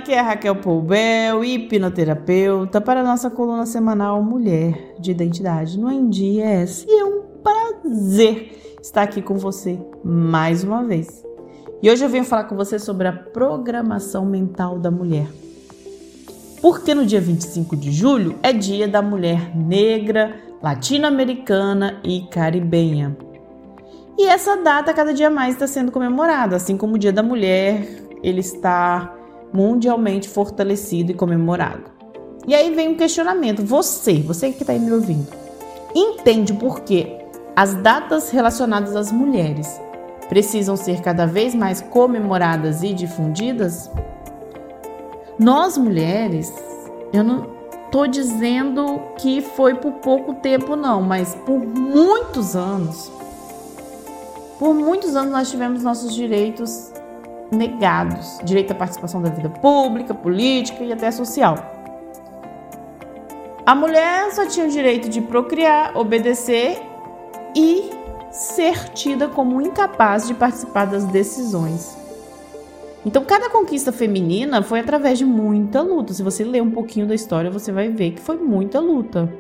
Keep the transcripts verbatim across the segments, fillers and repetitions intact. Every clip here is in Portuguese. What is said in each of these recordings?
aqui é a Raquel Poubel, hipnoterapeuta, para a nossa coluna semanal Mulher de Identidade no Em Dia S. E é um prazer estar aqui com você mais uma vez. E hoje eu venho falar com você sobre a programação mental da mulher. Porque no dia vinte e cinco de julho é dia da mulher negra, latino-americana e caribenha. E essa data cada dia mais está sendo comemorada, assim como o Dia da Mulher, ele está mundialmente fortalecido e comemorado. E aí vem um questionamento, você, você que está aí me ouvindo, entende por que as datas relacionadas às mulheres precisam ser cada vez mais comemoradas e difundidas? Nós mulheres, eu não estou dizendo que foi por pouco tempo não, mas por muitos anos, por muitos anos nós tivemos nossos direitos negados, direito à participação da vida pública, política e até social. A mulher só tinha o direito de procriar, obedecer e ser tida como incapaz de participar das decisões. Então, cada conquista feminina foi através de muita luta. Se você ler um pouquinho da história, você vai ver que foi muita luta.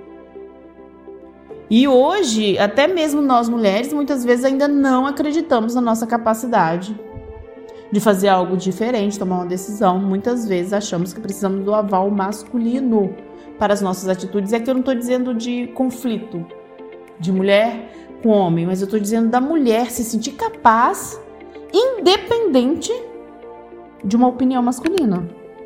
E hoje, até mesmo nós mulheres, muitas vezes ainda não acreditamos na nossa capacidade de fazer algo diferente, tomar uma decisão. Muitas vezes achamos que precisamos do aval masculino para as nossas atitudes. E aqui eu não estou dizendo de conflito de mulher com homem, mas eu estou dizendo da mulher se sentir capaz, independente de uma opinião masculina.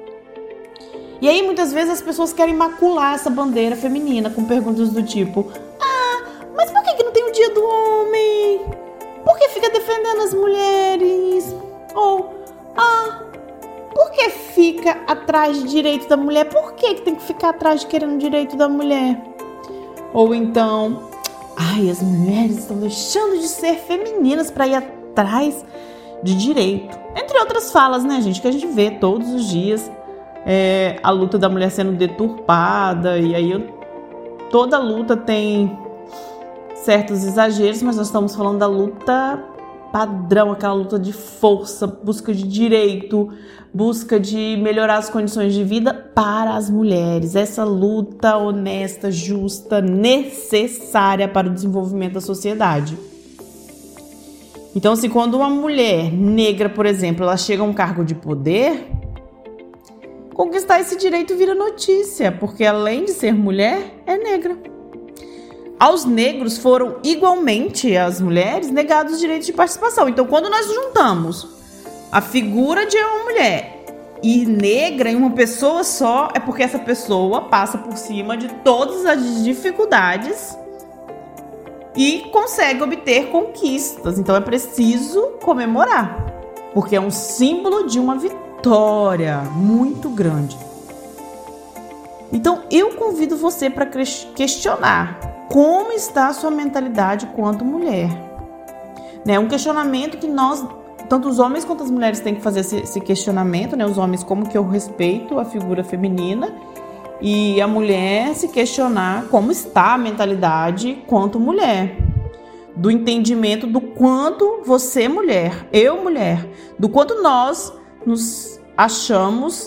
E aí muitas vezes as pessoas querem macular essa bandeira feminina com perguntas do tipo: ah, mas por que, que não tem o dia do homem? Por que fica defendendo as mulheres? Ou, ah, por que fica atrás de direito da mulher? Por que, que tem que ficar atrás de querendo direito da mulher? Ou então, ai, as mulheres estão deixando de ser femininas para ir atrás de direito. Entre outras falas, né, gente, que a gente vê todos os dias, é, a luta da mulher sendo deturpada, e aí eu, toda luta tem certos exageros, mas nós estamos falando da luta padrão, aquela luta de força, busca de direito, busca de melhorar as condições de vida para as mulheres. Essa luta honesta, justa, necessária para o desenvolvimento da sociedade. Então, se quando uma mulher negra, por exemplo, ela chega a um cargo de poder, conquistar esse direito vira notícia, porque além de ser mulher, é negra. Aos negros foram igualmente, às mulheres, negados os direitos de participação. Então, quando nós juntamos a figura de uma mulher e negra em uma pessoa só, é porque essa pessoa passa por cima de todas as dificuldades e consegue obter conquistas. Então é preciso comemorar, porque é um símbolo de uma vitória muito grande. Então eu convido você para questionar como está a sua mentalidade quanto mulher. É um questionamento que nós, tanto os homens quanto as mulheres, têm que fazer esse questionamento, né? Os homens, como que eu respeito a figura feminina, e a mulher se questionar como está a mentalidade quanto mulher, do entendimento do quanto você, mulher, eu, mulher, do quanto nós nos achamos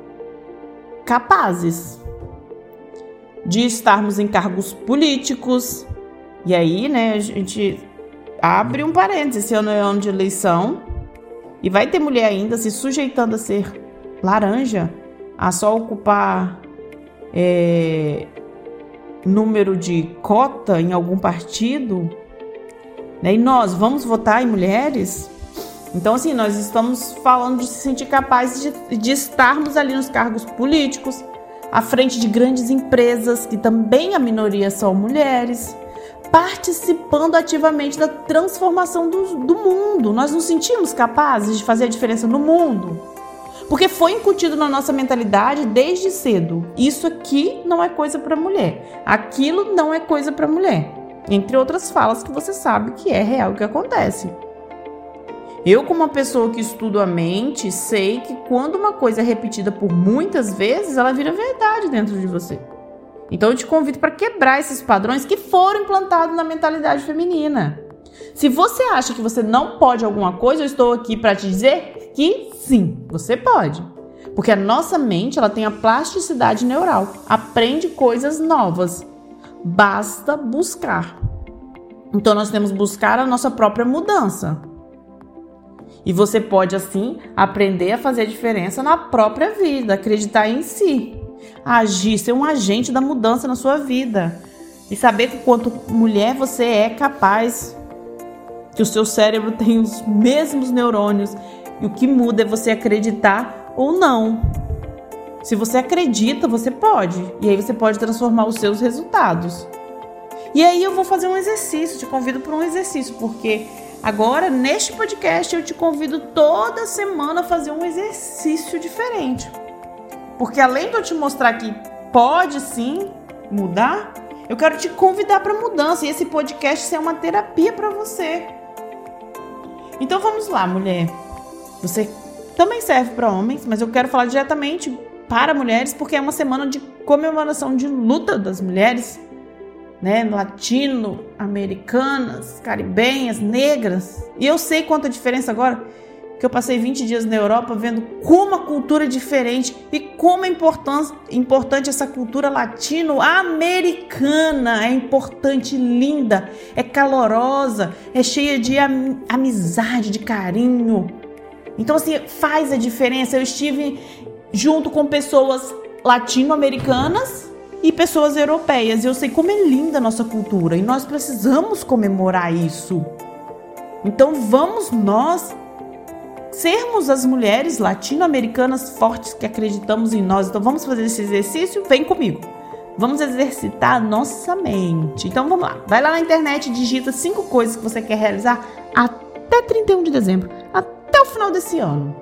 capazes de estarmos em cargos políticos. E aí, né, a gente abre um parênteses, esse ano é ano de eleição, e vai ter mulher ainda se sujeitando a ser laranja, a só ocupar É, número de cota em algum partido, né? E nós vamos votar em mulheres? Então, assim, nós estamos falando de se sentir capazes de, de estarmos ali nos cargos políticos, à frente de grandes empresas, que também a minoria são mulheres, participando ativamente da transformação do, do mundo. Nós nos sentimos capazes de fazer a diferença no mundo? Porque foi incutido na nossa mentalidade desde cedo. Isso aqui não é coisa para mulher. Aquilo não é coisa para mulher. Entre outras falas que você sabe que é real o que acontece. Eu, como uma pessoa que estudo a mente, sei que quando uma coisa é repetida por muitas vezes, ela vira verdade dentro de você. Então eu te convido para quebrar esses padrões que foram implantados na mentalidade feminina. Se você acha que você não pode alguma coisa, eu estou aqui para te dizer que sim, você pode. Porque a nossa mente, ela tem a plasticidade neural, aprende coisas novas. Basta buscar. Então nós temos que buscar a nossa própria mudança. E você pode assim aprender a fazer a diferença na própria vida, acreditar em si, agir, ser um agente da mudança na sua vida e saber que quanto mulher você é capaz, que o seu cérebro tem os mesmos neurônios e o que muda é você acreditar ou não. Se você acredita, você pode, e aí você pode transformar os seus resultados. E aí eu vou fazer um exercício, te convido para um exercício, porque agora, neste podcast, eu te convido toda semana a fazer um exercício diferente. Porque além de eu te mostrar que pode sim mudar, eu quero te convidar para mudança. E esse podcast é uma terapia para você. Então vamos lá, mulher. Você também serve para homens, mas eu quero falar diretamente para mulheres, porque é uma semana de comemoração de luta das mulheres, né, latino-americanas, caribenhas, negras. E eu sei quanta diferença agora, que eu passei vinte dias na Europa vendo como a cultura é diferente e como é importante, importante essa cultura latino-americana. É importante, linda, é calorosa, é cheia de am- amizade, de carinho. Então, assim, faz a diferença. Eu estive junto com pessoas latino-americanas e pessoas europeias. E eu sei como é linda a nossa cultura. E nós precisamos comemorar isso. Então vamos nós sermos as mulheres latino-americanas fortes que acreditamos em nós. Então vamos fazer esse exercício? Vem comigo. Vamos exercitar a nossa mente. Então vamos lá. Vai lá na internet e digita cinco coisas que você quer realizar até trinta e um de dezembro. Até o final desse ano.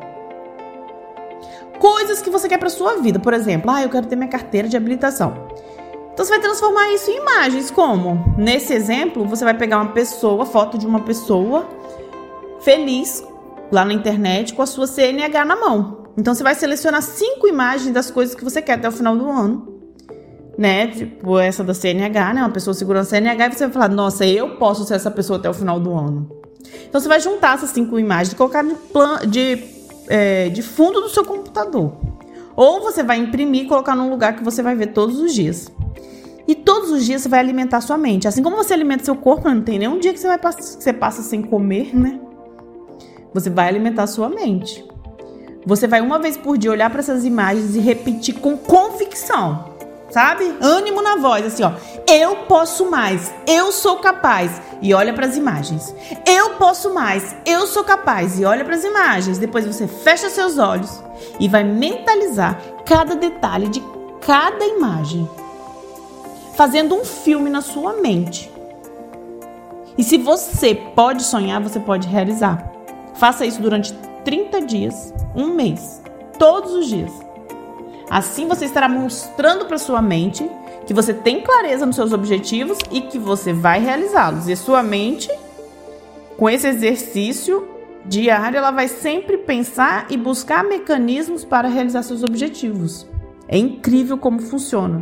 Coisas que você quer para sua vida. Por exemplo, ah, eu quero ter minha carteira de habilitação. Então você vai transformar isso em imagens. Como? Nesse exemplo, você vai pegar uma pessoa, foto de uma pessoa feliz lá na internet com a sua C N H na mão. Então você vai selecionar cinco imagens das coisas que você quer até o final do ano, né? Tipo essa da C N H, né? Uma pessoa segurando a C N H e você vai falar, nossa, eu posso ser essa pessoa até o final do ano. Então você vai juntar essas cinco imagens e colocar de, plan- de É, de fundo do seu computador. Ou você vai imprimir e colocar num lugar que você vai ver todos os dias. E todos os dias você vai alimentar sua mente. Assim como você alimenta seu corpo, não tem nenhum dia que você, vai, que você passa sem comer, né? Você vai alimentar sua mente. Você vai uma vez por dia olhar para essas imagens e repetir com convicção. Sabe? Ânimo na voz, assim, ó. Eu posso mais, eu sou capaz. E olha para as imagens. Eu posso mais, eu sou capaz. E olha para as imagens. Depois você fecha seus olhos e vai mentalizar cada detalhe de cada imagem, fazendo um filme na sua mente. E se você pode sonhar, você pode realizar. Faça isso durante trinta dias, um mês, todos os dias. Assim você estará mostrando para sua mente que você tem clareza nos seus objetivos e que você vai realizá-los. E sua mente, com esse exercício diário, ela vai sempre pensar e buscar mecanismos para realizar seus objetivos. É incrível como funciona.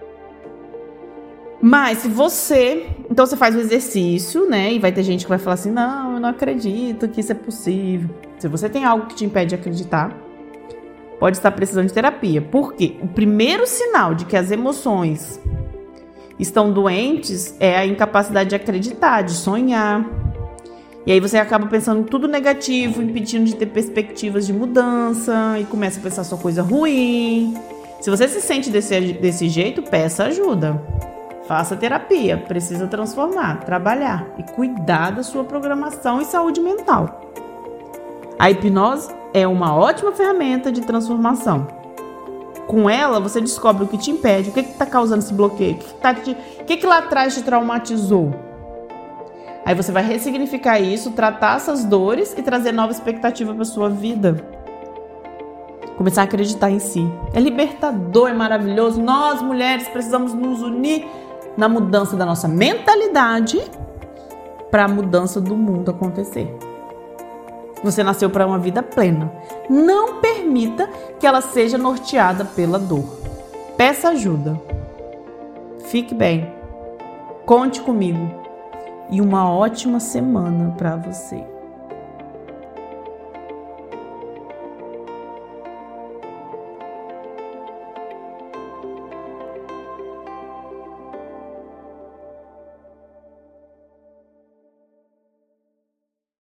Mas se você... Então você faz o exercício, né? E vai ter gente que vai falar assim, não, eu não acredito que isso é possível. Se você tem algo que te impede de acreditar, pode estar precisando de terapia. Por quê? O primeiro sinal de que as emoções estão doentes é a incapacidade de acreditar, de sonhar. E aí você acaba pensando em tudo negativo, impedindo de ter perspectivas de mudança e começa a pensar só coisa ruim. Se você se sente desse, desse jeito, peça ajuda. Faça terapia, precisa transformar, trabalhar e cuidar da sua programação e saúde mental. A hipnose é uma ótima ferramenta de transformação. Com ela, você descobre o que te impede, o que está causando esse bloqueio, o que, tá te, o que, que lá atrás te traumatizou. Aí você vai ressignificar isso, tratar essas dores e trazer nova expectativa para sua vida. Começar a acreditar em si. É libertador, é maravilhoso. Nós, mulheres, precisamos nos unir na mudança da nossa mentalidade para a mudança do mundo acontecer. Você nasceu para uma vida plena. Não permita que ela seja norteada pela dor. Peça ajuda. Fique bem. Conte comigo. E uma ótima semana para você.